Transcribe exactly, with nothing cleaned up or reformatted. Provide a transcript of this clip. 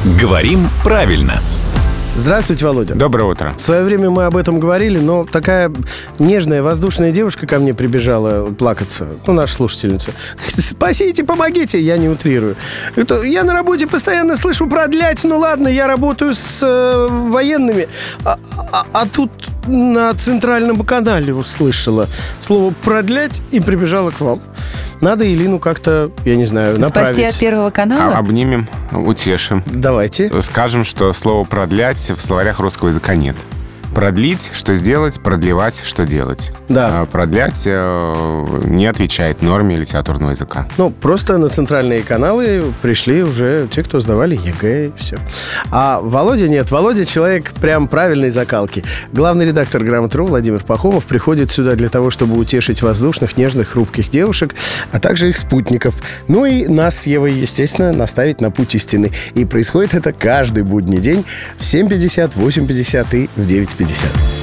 Говорим правильно. Здравствуйте, Володя. Доброе утро. В свое время мы об этом говорили, но такая нежная, воздушная девушка ко мне прибежала плакаться. Ну, наша слушательница. Спасите, помогите. Я не утрирую. Это, я на работе постоянно слышу продлять. Ну, ладно, я работаю с э, военными. А, а, а тут на центральном канале услышала слово «продлять» и прибежала к вам. Надо Илину как-то, я не знаю, направить. Спасти от Первого канала? А, обнимем, утешим. Давайте. Скажем, что слово «продлять» в словарях русского языка нет. Продлить, что сделать, продлевать, что делать. Да. А продлять э, не отвечает норме литературного языка. Ну, просто на центральные каналы пришли уже те, кто сдавали ЕГЭ, и все. А Володя нет. Володя человек прям правильной закалки. Главный редактор «Грамоты.ру» Владимир Пахомов приходит сюда для того, чтобы утешить воздушных, нежных, хрупких девушек, а также их спутников. Ну и нас с Евой, естественно, наставить на путь истины. И происходит это каждый будний день в семь пятьдесят, восемь пятьдесят и в девять пятьдесят.